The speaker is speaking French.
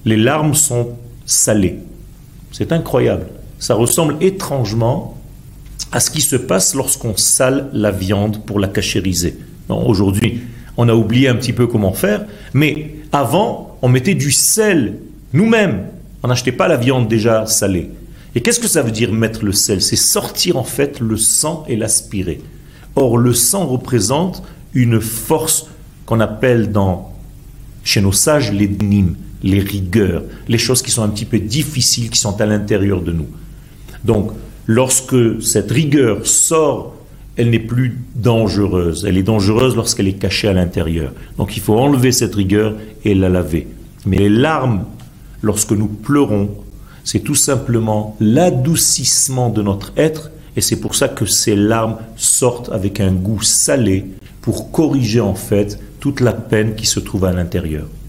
Les larmes sont salées. C'est incroyable. Ça ressemble étrangement à ce qui se passe lorsqu'on sale la viande pour la cachériser. Aujourd'hui, on a oublié un petit peu comment faire, mais avant, on mettait du sel nous-mêmes. On n'achetait pas la viande déjà salée. Et qu'est-ce que ça veut dire mettre le sel? C'est sortir en fait le sang et l'aspirer. Or, le sang représente une force qu'on appelle chez nos sages les dnim, les rigueurs, les choses qui sont un petit peu difficiles, qui sont à l'intérieur de nous. Donc, lorsque cette rigueur sort, elle n'est plus dangereuse. Elle est dangereuse lorsqu'elle est cachée à l'intérieur. Donc, il faut enlever cette rigueur et la laver. Mais les larmes, lorsque nous pleurons, c'est tout simplement l'adoucissement de notre être, et c'est pour ça que ces larmes sortent avec un goût salé pour corriger en fait toute la peine qui se trouve à l'intérieur.